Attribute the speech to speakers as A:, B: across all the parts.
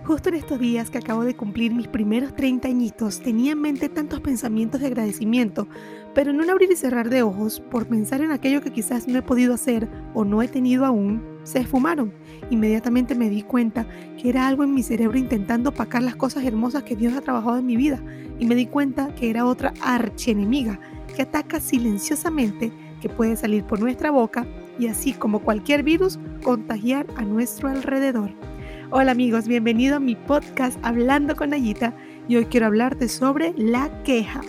A: Justo en estos días que acabo de cumplir mis primeros 30 añitos, tenía en mente tantos pensamientos de agradecimiento, pero en un abrir y cerrar de ojos, por pensar en aquello que quizás no he podido hacer o no he tenido aún, se esfumaron. Inmediatamente me di cuenta que era algo en mi cerebro intentando opacar las cosas hermosas que Dios ha trabajado en mi vida, y me di cuenta que era otra archienemiga que ataca silenciosamente, que puede salir por nuestra boca y así como cualquier virus, contagiar a nuestro alrededor. Hola amigos, bienvenido a mi podcast Hablando con Nayita, y hoy quiero hablarte sobre la queja.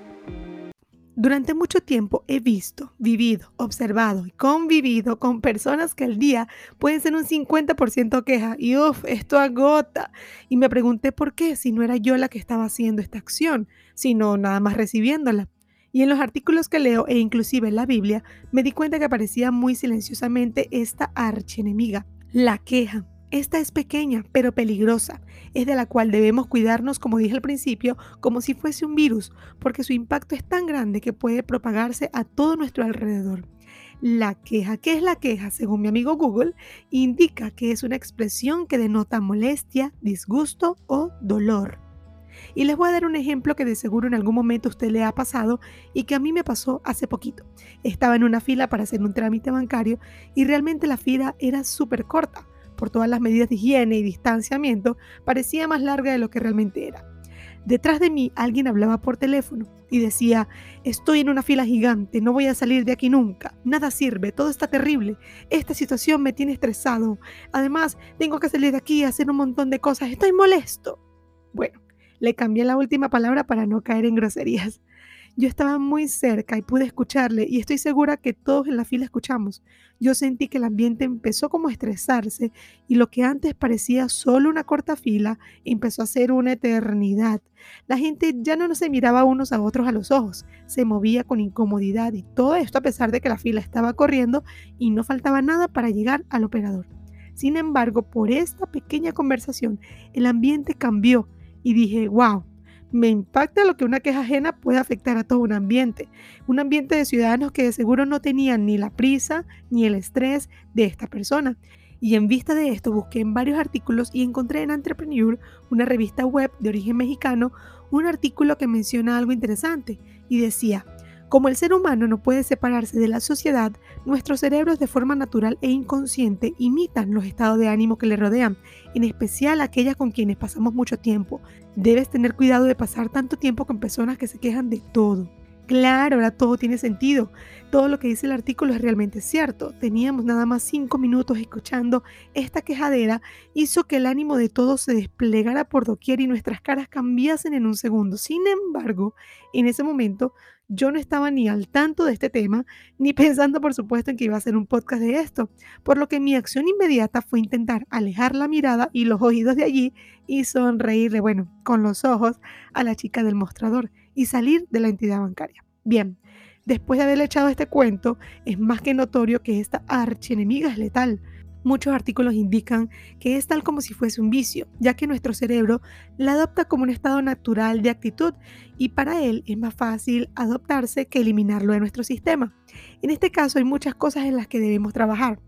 A: Durante mucho tiempo he visto, vivido, observado y convivido con personas que al día pueden ser un 50% queja y esto agota. Y me pregunté por qué, si no era yo la que estaba haciendo esta acción, sino nada más recibiéndola. Y en los artículos que leo e inclusive en la Biblia, me di cuenta que aparecía muy silenciosamente esta archienemiga, la queja. Esta es pequeña, pero peligrosa. Es de la cual debemos cuidarnos, como dije al principio, como si fuese un virus, porque su impacto es tan grande que puede propagarse a todo nuestro alrededor. La queja, ¿qué es la queja? Según mi amigo Google, indica que es una expresión que denota molestia, disgusto o dolor. Y les voy a dar un ejemplo que de seguro en algún momento a usted le ha pasado y que a mí me pasó hace poquito. Estaba en una fila para hacer un trámite bancario y realmente la fila era súper corta. Por todas las medidas de higiene y distanciamiento, parecía más larga de lo que realmente era. Detrás de mí alguien hablaba por teléfono y decía: estoy en una fila gigante, no voy a salir de aquí nunca, nada sirve, todo está terrible, esta situación me tiene estresado, además tengo que salir de aquí a hacer un montón de cosas, estoy molesto. Bueno, le cambié la última palabra para no caer en groserías. Yo estaba muy cerca y pude escucharle, y estoy segura que todos en la fila escuchamos. Yo sentí que el ambiente empezó como a estresarse y lo que antes parecía solo una corta fila empezó a ser una eternidad. La gente ya no se miraba unos a otros a los ojos, se movía con incomodidad, y todo esto a pesar de que la fila estaba corriendo y no faltaba nada para llegar al operador. Sin embargo, por esta pequeña conversación, el ambiente cambió y dije: wow. Me impacta lo que una queja ajena puede afectar a todo un ambiente de ciudadanos que de seguro no tenían ni la prisa ni el estrés de esta persona. Y en vista de esto busqué en varios artículos y encontré en Entrepreneur, una revista web de origen mexicano, un artículo que menciona algo interesante y decía: como el ser humano no puede separarse de la sociedad, nuestros cerebros de forma natural e inconsciente imitan los estados de ánimo que le rodean, en especial aquellas con quienes pasamos mucho tiempo. Debes tener cuidado de pasar tanto tiempo con personas que se quejan de todo. Claro, ahora todo tiene sentido. Todo lo que dice el artículo es realmente cierto. Teníamos nada más 5 minutos escuchando esta quejadera, hizo que el ánimo de todos se desplegara por doquier y nuestras caras cambiasen en un segundo. Sin embargo, en ese momento yo no estaba ni al tanto de este tema, ni pensando por supuesto en que iba a hacer un podcast de esto, por lo que mi acción inmediata fue intentar alejar la mirada y los oídos de allí y sonreírle, bueno, con los ojos, a la chica del mostrador y salir de la entidad bancaria. Bien, después de haberle echado este cuento, es más que notorio que esta archienemiga es letal. Muchos artículos indican que es tal como si fuese un vicio, ya que nuestro cerebro la adopta como un estado natural de actitud y para él es más fácil adoptarse que eliminarlo de nuestro sistema. En este caso hay muchas cosas en las que debemos trabajar.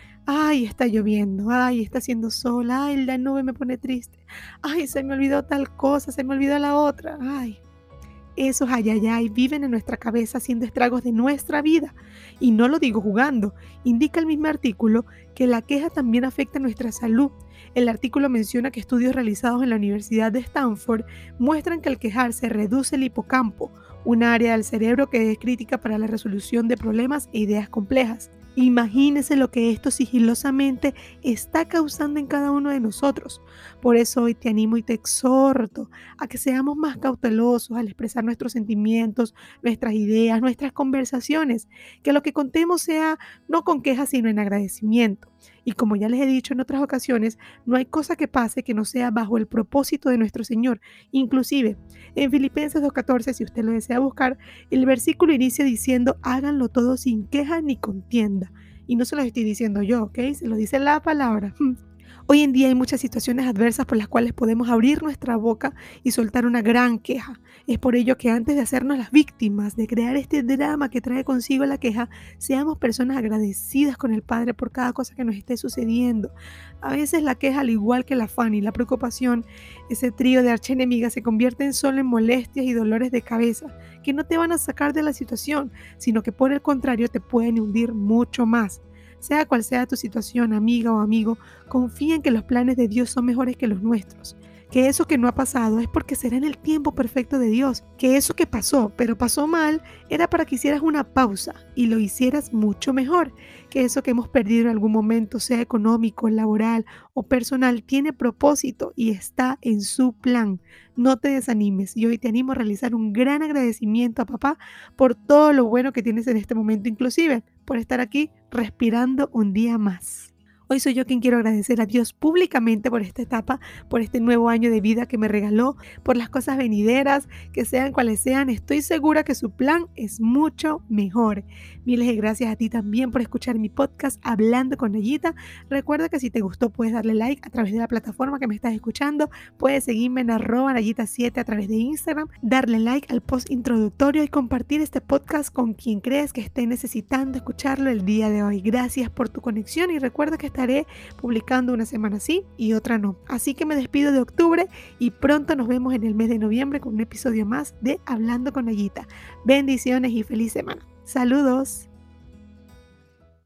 A: Ay, está lloviendo, ay, está haciendo sol, ay, la nube me pone triste, ay, se me olvidó tal cosa, se me olvidó la otra, ay. Esos ayayay viven en nuestra cabeza haciendo estragos de nuestra vida. Y no lo digo jugando. Indica el mismo artículo que la queja también afecta nuestra salud. El artículo menciona que estudios realizados en la Universidad de Stanford muestran que al quejarse reduce el hipocampo, un área del cerebro que es crítica para la resolución de problemas e ideas complejas. Imagínese lo que esto sigilosamente está causando en cada uno de nosotros. Por eso hoy te animo y te exhorto a que seamos más cautelosos al expresar nuestros sentimientos, nuestras ideas, nuestras conversaciones, que lo que contemos sea no con quejas sino en agradecimiento. Y como ya les he dicho en otras ocasiones, no hay cosa que pase que no sea bajo el propósito de nuestro Señor. Inclusive, en Filipenses 2:14, si usted lo desea buscar, el versículo inicia diciendo: háganlo todo sin queja ni contienda. Y no se lo estoy diciendo yo, ¿ok? Se lo dice la palabra. Hoy en día hay muchas situaciones adversas por las cuales podemos abrir nuestra boca y soltar una gran queja. Es por ello que antes de hacernos las víctimas, de crear este drama que trae consigo la queja, seamos personas agradecidas con el Padre por cada cosa que nos esté sucediendo. A veces la queja, al igual que el afán y la preocupación, ese trío de archienemigas se convierten solo en molestias y dolores de cabeza, que no te van a sacar de la situación, sino que por el contrario te pueden hundir mucho más. Sea cual sea tu situación, amiga o amigo, confía en que los planes de Dios son mejores que los nuestros. Que eso que no ha pasado es porque será en el tiempo perfecto de Dios. Que eso que pasó, pero pasó mal, era para que hicieras una pausa y lo hicieras mucho mejor. Que eso que hemos perdido en algún momento, sea económico, laboral o personal, tiene propósito y está en su plan. No te desanimes y hoy te animo a realizar un gran agradecimiento a papá por todo lo bueno que tienes en este momento, inclusive por estar aquí respirando un día más. Hoy soy yo quien quiero agradecer a Dios públicamente por esta etapa, por este nuevo año de vida que me regaló, por las cosas venideras, que sean cuales sean. Estoy segura que su plan es mucho mejor. Miles de gracias a ti también por escuchar mi podcast Hablando con Nayita. Recuerda que si te gustó puedes darle like a través de la plataforma que me estás escuchando. Puedes seguirme en @Nayita7 a través de Instagram, darle like al post introductorio y compartir este podcast con quien crees que esté necesitando escucharlo el día de hoy. Gracias por tu conexión y recuerda que estaré publicando una semana sí y otra no. Así que me despido de octubre y pronto nos vemos en el mes de noviembre con un episodio más de Hablando con Nayita. Bendiciones y feliz semana. Saludos.